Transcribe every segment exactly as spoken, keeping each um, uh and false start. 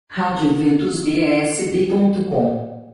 rádio ventus b s b ponto com.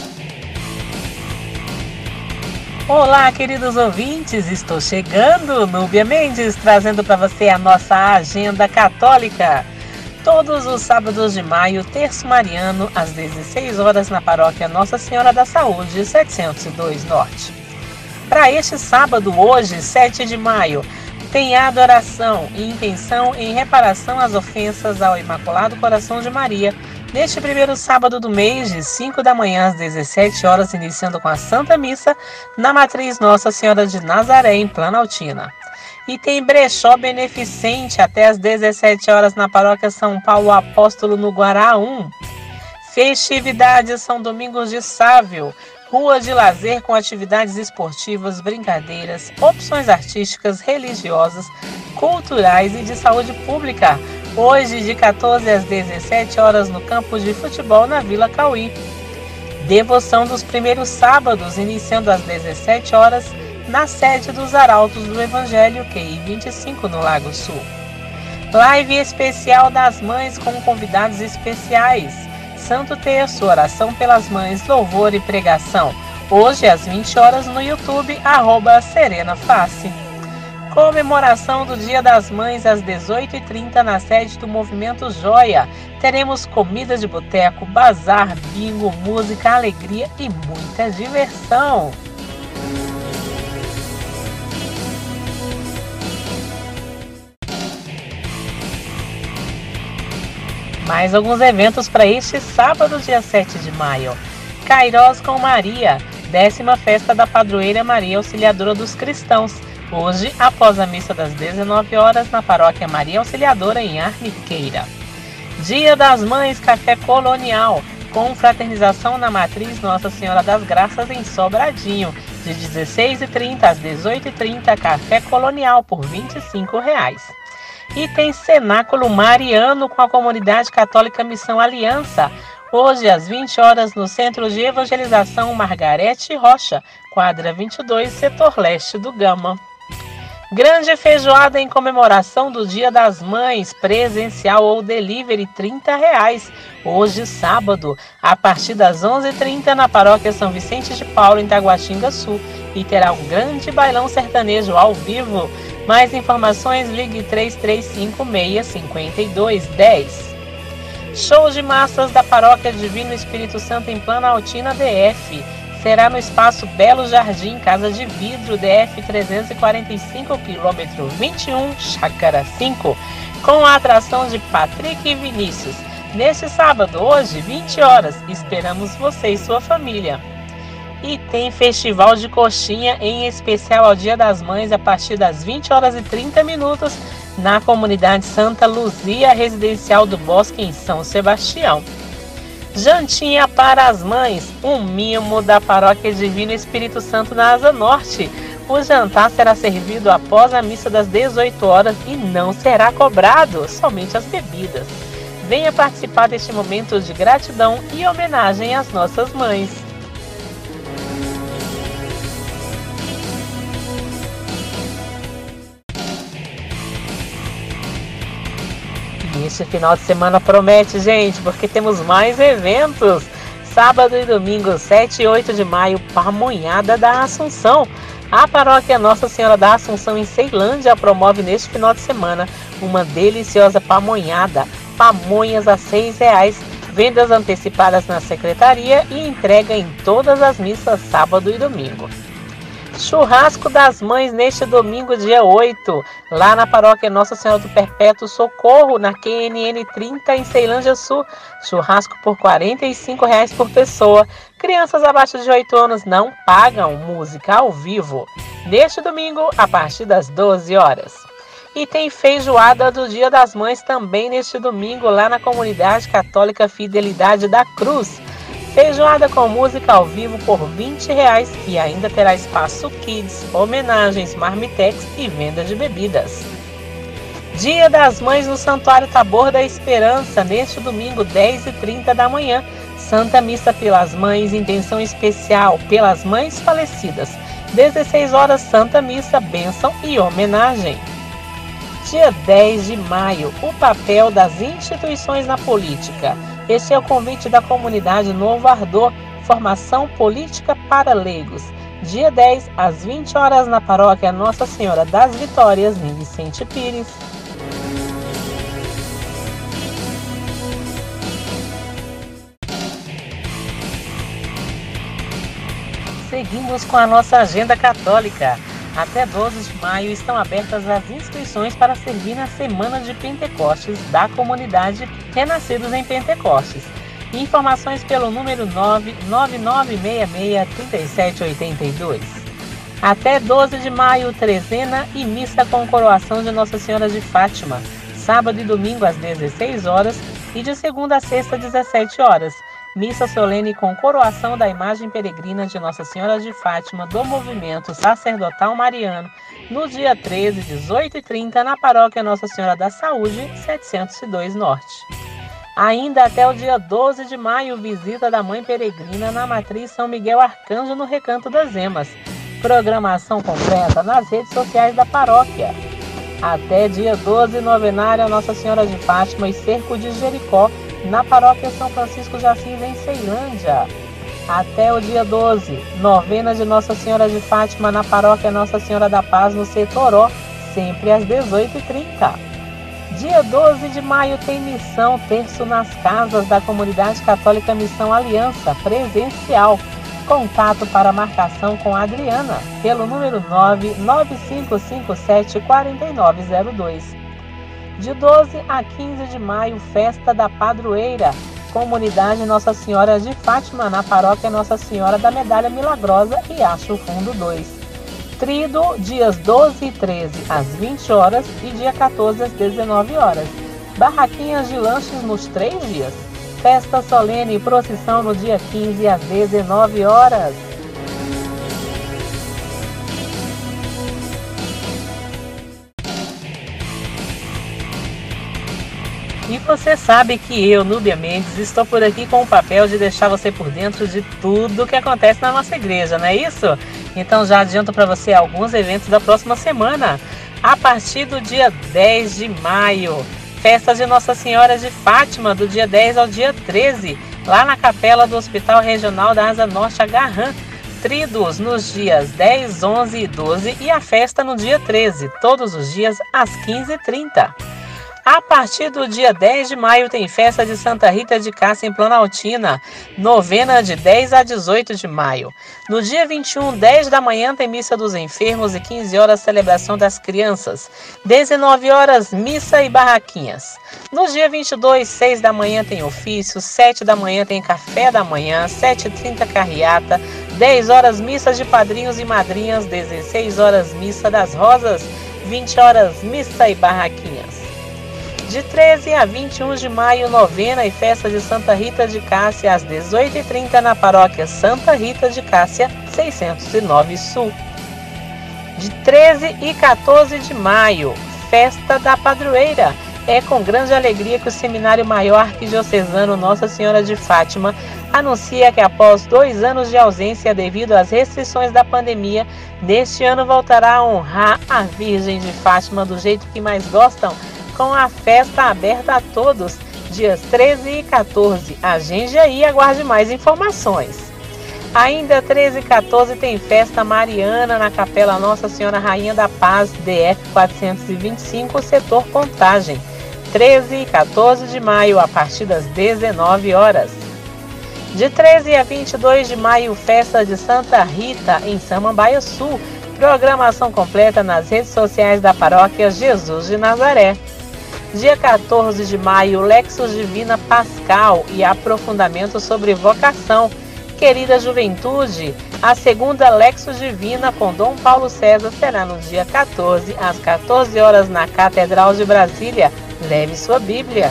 Olá, queridos ouvintes, estou chegando, Núbia Mendes, trazendo para você a nossa agenda católica. Todos os sábados de maio, terço mariano, às dezesseis horas, na paróquia Nossa Senhora da Saúde, setecentos e dois Norte. Para este sábado, hoje, sete de maio, tem adoração e intenção em reparação às ofensas ao Imaculado Coração de Maria, neste primeiro sábado do mês, de cinco da manhã às dezessete horas, iniciando com a Santa Missa, na Matriz Nossa Senhora de Nazaré, em Planaltina. E tem brechó beneficente até às dezessete horas na Paróquia São Paulo Apóstolo, no Guará um. Festividades São Domingos de Sávio, rua de lazer com atividades esportivas, brincadeiras, opções artísticas, religiosas, culturais e de saúde pública. Hoje, de quatorze às dezessete horas, no campo de futebol na Vila Cauí. Devoção dos primeiros sábados, iniciando às dezessete horas, na sede dos Arautos do Evangelho, Q I vinte e cinco, no Lago Sul. Live especial das mães com convidados especiais. Santo Terço, oração pelas mães, louvor e pregação. Hoje, às vinte horas, no YouTube, arroba Serena Face. Comemoração do Dia das Mães, às dezoito e trinta, na sede do Movimento Joia. Teremos comida de boteco, bazar, bingo, música, alegria e muita diversão. Mais alguns eventos para este sábado, dia sete de maio. Cairós com Maria, décima festa da padroeira Maria Auxiliadora dos Cristãos. Hoje, após a missa das dezenove horas, na paróquia Maria Auxiliadora, em Arniqueira. Dia das Mães, café colonial, com fraternização na Matriz Nossa Senhora das Graças, em Sobradinho. De dezesseis e trinta às dezoito e trinta, café colonial por vinte e cinco reais. E tem cenáculo mariano com a comunidade católica Missão Aliança. Hoje, às vinte horas, no Centro de Evangelização Margarete Rocha, quadra vinte e dois, setor leste do Gama. Grande feijoada em comemoração do Dia das Mães, presencial ou delivery, trinta reais. Hoje, sábado, a partir das onze e trinta, na paróquia São Vicente de Paulo, em Taguatinga Sul. E terá um grande bailão sertanejo ao vivo. Mais informações, ligue três três cinco seis, cinco dois um zero. Show de massas da Paróquia Divino Espírito Santo em Planaltina, D F. Será no espaço Belo Jardim, Casa de Vidro, D F trezentos e quarenta e cinco, quilômetro vinte e um, Chácara cinco, com a atração de Patrick e Vinícius. Neste sábado, hoje, vinte horas, esperamos você e sua família. E tem festival de coxinha, em especial ao Dia das Mães, a partir das vinte horas e trinta minutos, na comunidade Santa Luzia Residencial do Bosque, em São Sebastião. Jantinha para as mães, um mimo da Paróquia Divino Espírito Santo na Asa Norte. O jantar será servido após a missa das dezoito horas e não será cobrado, somente as bebidas. Venha participar deste momento de gratidão e homenagem às nossas mães. Este final de semana promete, gente, porque temos mais eventos. Sábado e domingo, sete e oito de maio, Pamonhada da Assunção. A paróquia Nossa Senhora da Assunção, em Ceilândia, promove neste final de semana uma deliciosa pamonhada. Pamonhas a seis reais, vendas antecipadas na secretaria e entrega em todas as missas, sábado e domingo. Churrasco das Mães neste domingo, dia oito, lá na paróquia Nossa Senhora do Perpétuo Socorro, na Q N N trinta, em Ceilândia Sul. Churrasco por quarenta e cinco reais por pessoa. Crianças abaixo de oito anos não pagam. Música ao vivo. Neste domingo, a partir das doze horas. E tem feijoada do Dia das Mães também neste domingo, lá na comunidade católica Fidelidade da Cruz. Feijoada com música ao vivo por vinte reais e ainda terá espaço kids, homenagens, marmitex e venda de bebidas. Dia das Mães no Santuário Tabor da Esperança, neste domingo, dez e trinta da manhã. Santa Missa pelas Mães, intenção especial pelas mães falecidas. dezesseis horas, Santa Missa, bênção e homenagem. Dia dez de maio, o papel das instituições na política. Este é o convite da comunidade Novo Ardor, formação política para leigos. Dia dez, às vinte horas, na paróquia Nossa Senhora das Vitórias, em Vicente Pires. Seguimos com a nossa agenda católica. Até doze de maio estão abertas as inscrições para servir na Semana de Pentecostes da comunidade Renascidos em Pentecostes. Informações pelo número nove nove nove seis seis três sete oito dois. Até doze de maio, trezena e missa com coroação de Nossa Senhora de Fátima, sábado e domingo às dezesseis horas e de segunda a sexta às dezessete horas. Missa solene com coroação da imagem peregrina de Nossa Senhora de Fátima do Movimento Sacerdotal Mariano, no dia treze, dezoito e trinta, na paróquia Nossa Senhora da Saúde, setecentos e dois Norte. Ainda até o dia doze de maio, visita da Mãe Peregrina na Matriz São Miguel Arcanjo, no Recanto das Emas. Programação completa nas redes sociais da paróquia. Até dia doze, novenária Nossa Senhora de Fátima e Cerco de Jericó, na paróquia São Francisco de Assis, em Ceilândia. Até o dia doze, novena de Nossa Senhora de Fátima na paróquia Nossa Senhora da Paz, no Setoró, sempre às dezoito e trinta. Dia doze de maio tem missão terço nas casas da comunidade católica Missão Aliança, presencial. Contato para marcação com a Adriana, pelo número nove nove cinco cinco sete quatro nove zero dois. De doze a quinze de maio, festa da padroeira, comunidade Nossa Senhora de Fátima, na paróquia Nossa Senhora da Medalha Milagrosa, Riacho Fundo dois. Tríduo, dias doze e treze às vinte horas e dia quatorze às dezenove horas. Barraquinhas de lanches nos três dias. Festa solene e procissão no dia quinze às dezenove horas. E você sabe que eu, Núbia Mendes, estou por aqui com o papel de deixar você por dentro de tudo que acontece na nossa igreja, não é isso? Então já adianto para você alguns eventos da próxima semana. A partir do dia dez de maio, festa de Nossa Senhora de Fátima, do dia dez ao dia treze, lá na capela do Hospital Regional da Asa Norte, Agarrã. Tríduos nos dias dez, onze e doze e a festa no dia treze, todos os dias às quinze e trinta. A partir do dia dez de maio tem festa de Santa Rita de Cássia em Planaltina, novena de dez a dezoito de maio. No dia vinte e um, dez da manhã tem missa dos enfermos e quinze horas celebração das crianças. dezenove horas, missa e barraquinhas. No dia vinte e dois, seis da manhã tem ofício, sete da manhã tem café da manhã, sete e trinta carreata, dez horas missas de padrinhos e madrinhas, dezesseis horas missa das rosas, vinte horas missa e barraquinhas. De treze a vinte e um de maio, novena e festa de Santa Rita de Cássia, às dezoito e trinta, na paróquia Santa Rita de Cássia, seiscentos e nove Sul. De treze e quatorze de maio, festa da padroeira. É com grande alegria que o Seminário Maior Arquidiocesano Nossa Senhora de Fátima anuncia que, após dois anos de ausência devido às restrições da pandemia, neste ano voltará a honrar a Virgem de Fátima do jeito que mais gostam, com a festa aberta a todos, dias treze e quatorze. Agende aí e aguarde mais informações. Ainda treze e quatorze tem festa mariana na Capela Nossa Senhora Rainha da Paz, D F quatrocentos e vinte e cinco, setor Contagem. treze e quatorze de maio, a partir das dezenove horas. De treze a vinte e dois de maio, festa de Santa Rita, em Samambaia Sul. Programação completa nas redes sociais da paróquia Jesus de Nazaré. Dia quatorze de maio, Lexos Divina Pascal e aprofundamento sobre vocação. Querida juventude, a segunda Lexos Divina com Dom Paulo César será no dia quatorze, às quatorze horas, na Catedral de Brasília. Leve sua Bíblia.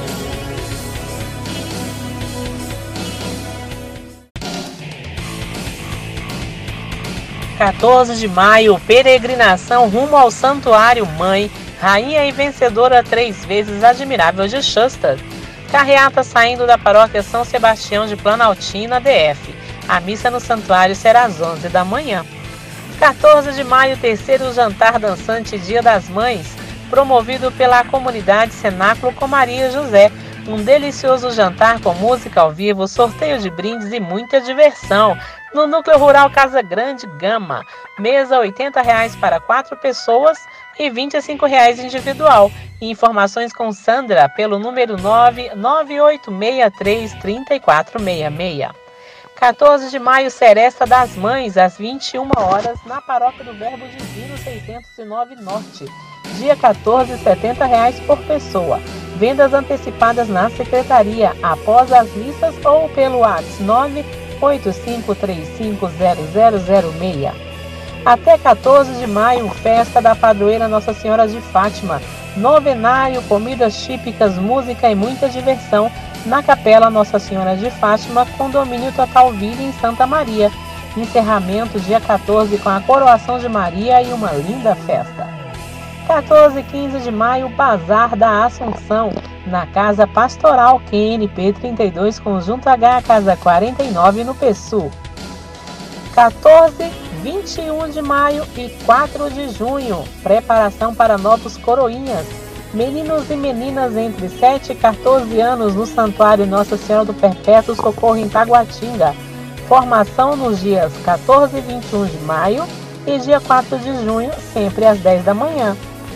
quatorze de maio, peregrinação rumo ao Santuário Mãe, Rainha e Vencedora três vezes admirável de Schuster. Carreata saindo da paróquia São Sebastião de Planaltina, D F. A missa no santuário será às onze da manhã. quatorze de maio, terceiro jantar dançante Dia das Mães, promovido pela comunidade Cenáculo com Maria José. Um delicioso jantar com música ao vivo, sorteio de brindes e muita diversão. No Núcleo Rural Casa Grande Gama, mesa oitenta reais para quatro pessoas e vinte e cinco reais individual. Informações com Sandra pelo número nove nove oito seis três três quatro seis seis. quatorze de maio, Seresta das Mães, às vinte e uma horas, na Paróquia do Verbo Divino seiscentos e nove Norte. Dia quatorze, setenta reais por pessoa. Vendas antecipadas na secretaria, após as missas ou pelo WhatsApp nove oito cinco três cinco zero zero zero seis. Até quatorze de maio, festa da padroeira Nossa Senhora de Fátima. Novenário, comidas típicas, música e muita diversão na Capela Nossa Senhora de Fátima, condomínio Total Vida em Santa Maria. Encerramento dia quatorze com a coroação de Maria e uma linda festa. quatorze e quinze de maio, Bazar da Assunção, na Casa Pastoral Q N P trinta e dois, Conjunto H, Casa quarenta e nove, no Pessu. quatorze, vinte e um de maio e quatro de junho, preparação para novos coroinhas. Meninos e meninas entre sete e quatorze anos no Santuário Nossa Senhora do Perpétuo Socorro em Taguatinga. Formação nos dias quatorze e vinte e um de maio e dia quatro de junho, sempre às dez da manhã.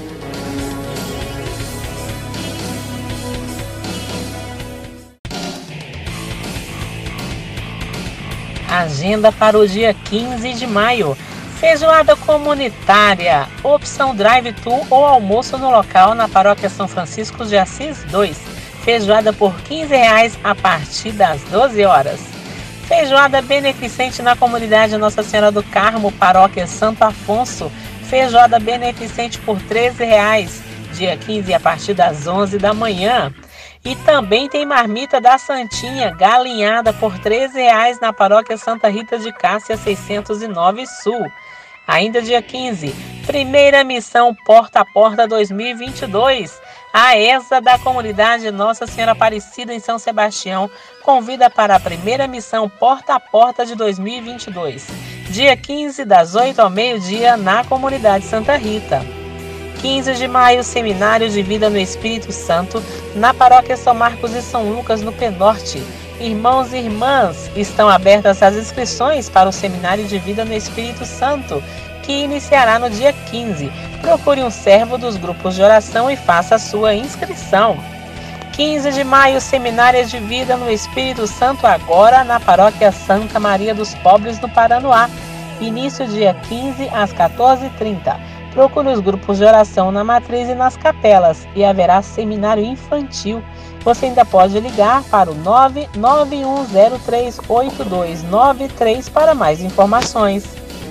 Agenda para o dia quinze de maio. Feijoada comunitária, opção drive-thru ou almoço no local na Paróquia São Francisco de Assis dois. Feijoada por quinze reais a partir das doze horas. Feijoada beneficente na comunidade Nossa Senhora do Carmo, Paróquia Santo Afonso. Feijoada beneficente por treze reais, dia quinze a partir das onze da manhã. E também tem marmita da Santinha, galinhada por treze reais na Paróquia Santa Rita de Cássia seiscentos e nove Sul. Ainda dia quinze, primeira missão Porta a Porta dois mil e vinte e dois. A E S A da comunidade Nossa Senhora Aparecida em São Sebastião convida para a primeira missão Porta a Porta de dois mil e vinte e dois. Dia quinze, das oito ao meio-dia, na comunidade Santa Rita. quinze de maio, Seminário de Vida no Espírito Santo, na Paróquia São Marcos e São Lucas, no Penorte. Irmãos e irmãs, estão abertas as inscrições para o Seminário de Vida no Espírito Santo, que iniciará no dia quinze. Procure um servo dos grupos de oração e faça a sua inscrição. quinze de maio, Seminário de Vida no Espírito Santo, agora na Paróquia Santa Maria dos Pobres, no Paranoá. Início dia quinze, às quatorze e trinta. Procure os grupos de oração na matriz e nas capelas e haverá seminário infantil. Você ainda pode ligar para o nove nove um zero três oito dois nove três para mais informações.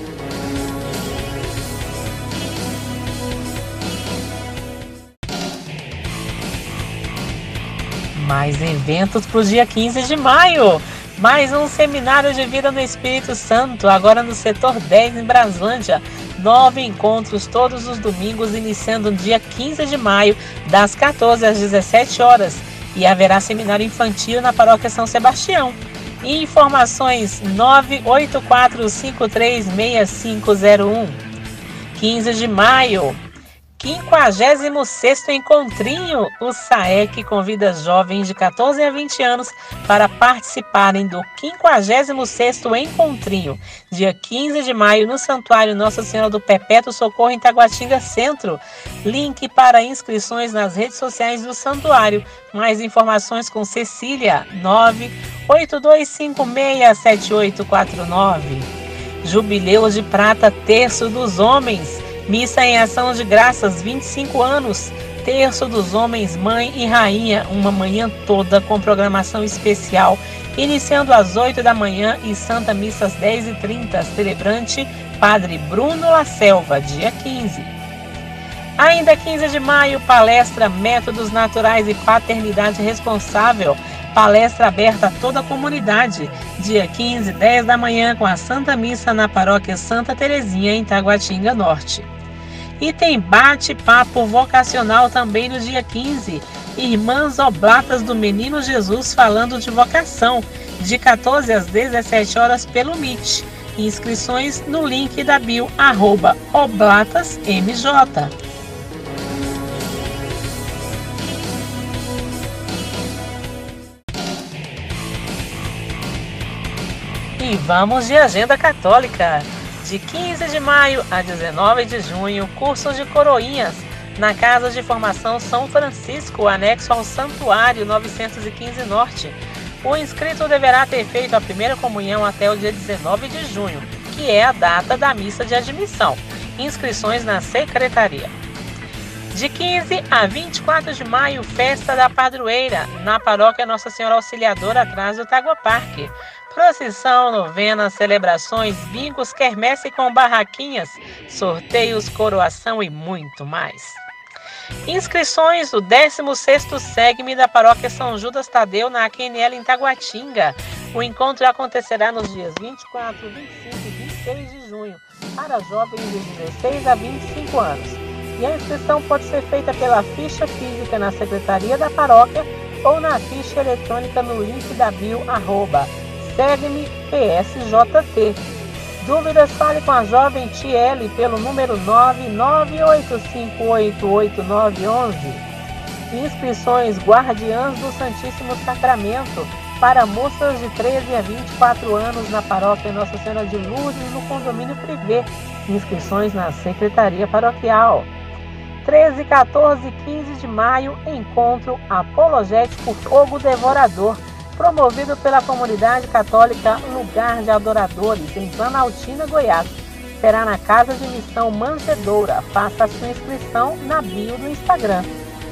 Mais eventos para o dia quinze de maio. Mais um Seminário de Vida no Espírito Santo, agora no setor dez, em Braslândia. Nove encontros todos os domingos, iniciando no dia quinze de maio, das quatorze às dezessete horas. E haverá seminário infantil na Paróquia São Sebastião. Informações nove oito quatro cinco três seis cinco zero um. quinze de maio. quinquagésimo sexto Encontrinho. O S A E C convida jovens de quatorze a vinte anos para participarem do quinquagésimo sexto Encontrinho, dia quinze de maio, no Santuário Nossa Senhora do Perpétuo Socorro, em Taguatinga Centro. Link para inscrições nas redes sociais do Santuário. Mais informações com Cecília, nove oito dois cinco seis sete oito quatro nove. Jubileu de Prata, Terço dos Homens. Missa em Ação de Graças, vinte e cinco anos, Terço dos Homens, Mãe e Rainha, uma manhã toda com programação especial, iniciando às oito da manhã e Santa Missa às dez e trinta, celebrante Padre Bruno La Selva, dia quinze. Ainda quinze de maio, palestra Métodos Naturais e Paternidade Responsável, palestra aberta a toda a comunidade, dia quinze, dez da manhã, com a Santa Missa na Paróquia Santa Terezinha, em Taguatinga Norte. E tem bate-papo vocacional também no dia quinze, Irmãs Oblatas do Menino Jesus falando de vocação, de quatorze às dezessete horas pelo Meet. Inscrições no link da bio, arroba oblatasmj. E vamos de agenda católica. De quinze de maio a dezenove de junho, cursos de coroinhas na Casa de Formação São Francisco, anexo ao Santuário novecentos e quinze Norte. O inscrito deverá ter feito a primeira comunhão até o dia dezenove de junho, que é a data da missa de admissão. Inscrições na secretaria. De quinze a vinte e quatro de maio, festa da padroeira, na paróquia Nossa Senhora Auxiliadora, atrás do Tagua Parque. Procissão, novenas, celebrações, bingos, quermesse com barraquinhas, sorteios, coroação e muito mais. Inscrições do décimo sexto SEGME da paróquia São Judas Tadeu, na A Q N L em Taguatinga. O encontro acontecerá nos dias vinte e quatro, vinte e cinco e vinte e seis de junho, para jovens de dezesseis a vinte e cinco anos. E a inscrição pode ser feita pela ficha física na secretaria da paróquia ou na ficha eletrônica no link da bio, arroba, segme P S J T. Dúvidas, fale com a jovem Tiele pelo número nove nove oito cinco oito oito nove um um. Inscrições Guardiãs do Santíssimo Sacramento para moças de treze a vinte e quatro anos na paróquia Nossa Senhora de Lourdes, no condomínio Privé. Inscrições na secretaria paroquial. treze, quatorze e quinze de maio, encontro apologético Fogo Devorador, promovido pela comunidade católica Lugar de Adoradores, em Planaltina, Goiás. Será na Casa de Missão Manjedoura. Faça a sua inscrição na bio do Instagram.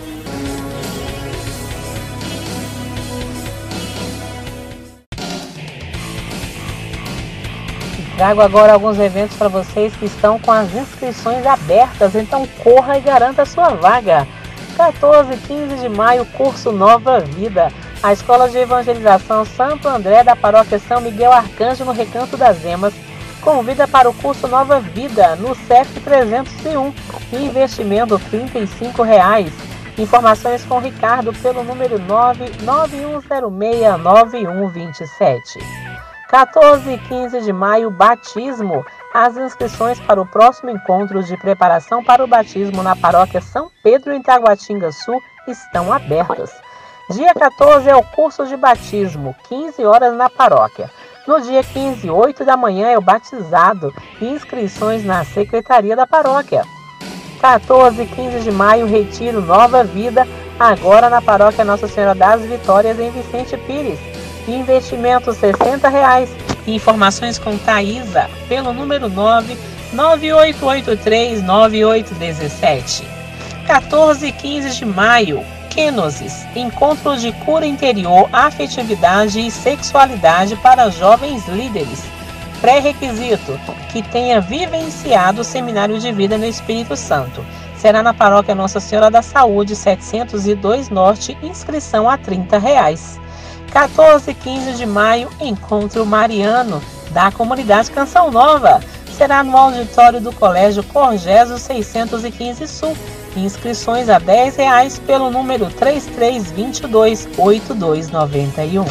Trago agora alguns eventos para vocês que estão com as inscrições abertas, então corra e garanta a sua vaga. quatorze e quinze de maio, curso Nova Vida. A Escola de Evangelização Santo André da Paróquia São Miguel Arcanjo, no Recanto das Emas, convida para o curso Nova Vida no C E F trezentos e um, investimento trinta e cinco reais. Informações com Ricardo pelo número nove nove um zero seis nove um dois sete. quatorze e quinze de maio, batismo. As inscrições para o próximo encontro de preparação para o batismo na paróquia São Pedro, em Taguatinga Sul, estão abertas. Dia quatorze é o curso de batismo, quinze horas na paróquia. No dia quinze, oito da manhã é o batizado e inscrições na secretaria da paróquia. quatorze e quinze de maio, retiro Nova Vida, agora na paróquia Nossa Senhora das Vitórias, em Vicente Pires. Investimento sessenta reais. Informações com Thaisa pelo número nove nove oito oito três nove oito um sete. quatorze e quinze de maio, Kenosis, encontro de cura interior, afetividade e sexualidade para jovens líderes. Pré-requisito: que tenha vivenciado o Seminário de Vida no Espírito Santo. Será na paróquia Nossa Senhora da Saúde, setecentos e dois Norte, inscrição a trinta reais. quatorze e quinze de maio, encontro mariano da comunidade Canção Nova. Será no auditório do Colégio Corgeso seiscentos e quinze Sul. Inscrições a dez reais pelo número três três dois dois oito dois nove um.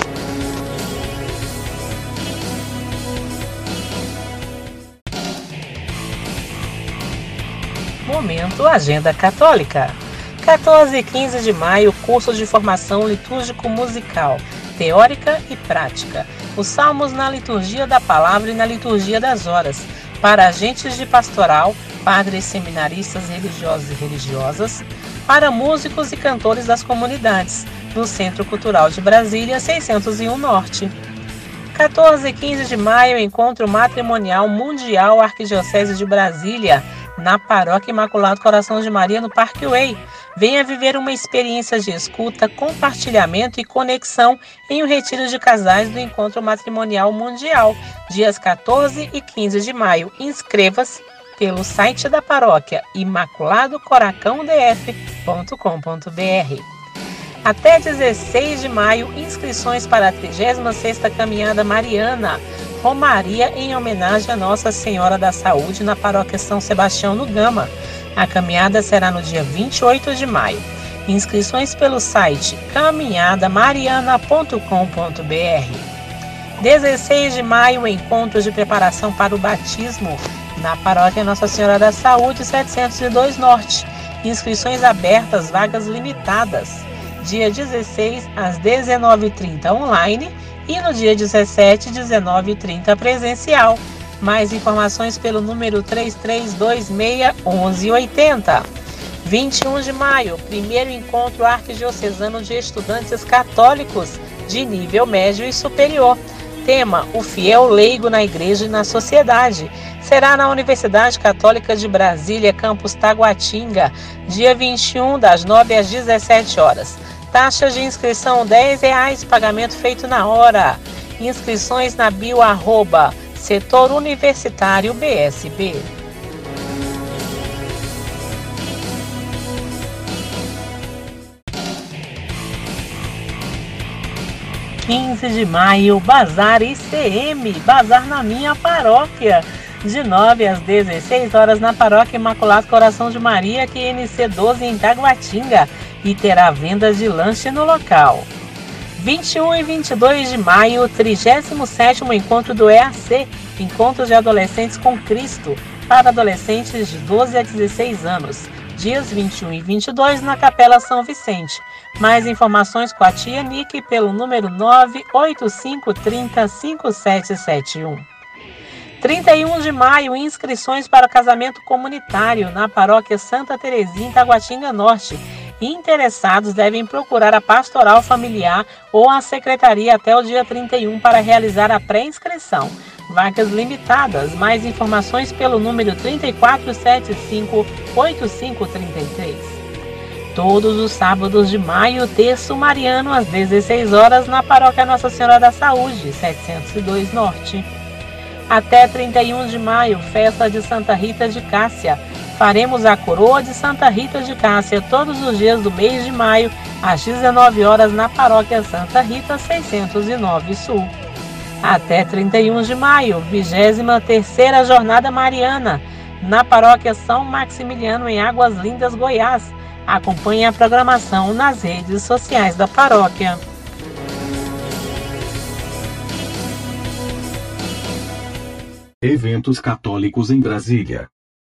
Momento Agenda Católica. quatorze e quinze de maio, curso de formação litúrgico musical, teórica e prática. Os salmos na liturgia da palavra e na liturgia das horas. Para agentes de pastoral, padres, seminaristas, religiosos e religiosas. Para músicos e cantores das comunidades, no Centro Cultural de Brasília, seiscentos e um Norte. quatorze e quinze de maio, encontro matrimonial mundial Arquidiocese de Brasília, na Paróquia Imaculado Coração de Maria, no Parque Way. Venha viver uma experiência de escuta, compartilhamento e conexão em um retiro de casais do Encontro Matrimonial Mundial, dias quatorze e quinze de maio. Inscreva-se pelo site da paróquia imaculado coracão d f ponto com ponto b r. Até dezesseis de maio, inscrições para a trigésima sexta Caminhada Mariana, Romaria em homenagem a Nossa Senhora da Saúde, na paróquia São Sebastião, no Gama. A caminhada será no dia vinte e oito de maio. Inscrições pelo site caminhada mariana ponto com ponto b r. dezesseis de maio, encontro de preparação para o batismo na paróquia Nossa Senhora da Saúde, setecentos e dois Norte. Inscrições abertas, vagas limitadas. dia dezesseis às dezenove e trinta online e no dia dezessete, dezenove e trinta presencial. Mais informações pelo número três três dois seis, onze oitenta. vinte e um de maio, primeiro encontro arquidiocesano de estudantes católicos de nível médio e superior. Tema: o fiel leigo na igreja e na sociedade. Será na Universidade Católica de Brasília, campus Taguatinga, dia vinte e um, das nove às dezessete horas. Taxa de inscrição dez reais, pagamento feito na hora. Inscrições na bio arroba Setor Universitário B S B. quinze de maio, Bazar I C M, Bazar na minha paróquia, de nove às dezesseis horas na Paróquia Imaculado Coração de Maria, Q N C doze em Taguatinga, e terá vendas de lanche no local. vinte e um e vinte e dois de maio, trigésimo sétimo Encontro do E A C, Encontro de Adolescentes com Cristo, para adolescentes de doze a dezesseis anos, dias vinte e um e vinte e dois na Capela São Vicente. Mais informações com a tia Nick pelo número nove oito cinco três zero cinco sete sete um. trinta e um de maio, inscrições para o casamento comunitário na Paróquia Santa Terezinha, em Taguatinga Norte. Interessados devem procurar a Pastoral Familiar ou a Secretaria até o dia trinta e um para realizar a pré-inscrição. Vagas limitadas. Mais informações pelo número trinta e quatro setenta e cinco, oitenta e cinco trinta e três. Todos os sábados de maio, terço mariano às dezesseis horas na Paróquia Nossa Senhora da Saúde, setecentos e dois Norte. Até trinta e um de maio, festa de Santa Rita de Cássia. Faremos a coroa de Santa Rita de Cássia todos os dias do mês de maio, às dezenove horas na Paróquia Santa Rita, seiscentos e nove Sul. Até trinta e um de maio, vigésima terceira Jornada Mariana, na Paróquia São Maximiliano, em Águas Lindas, Goiás. Acompanhe a programação nas redes sociais da paróquia. Eventos católicos em Brasília.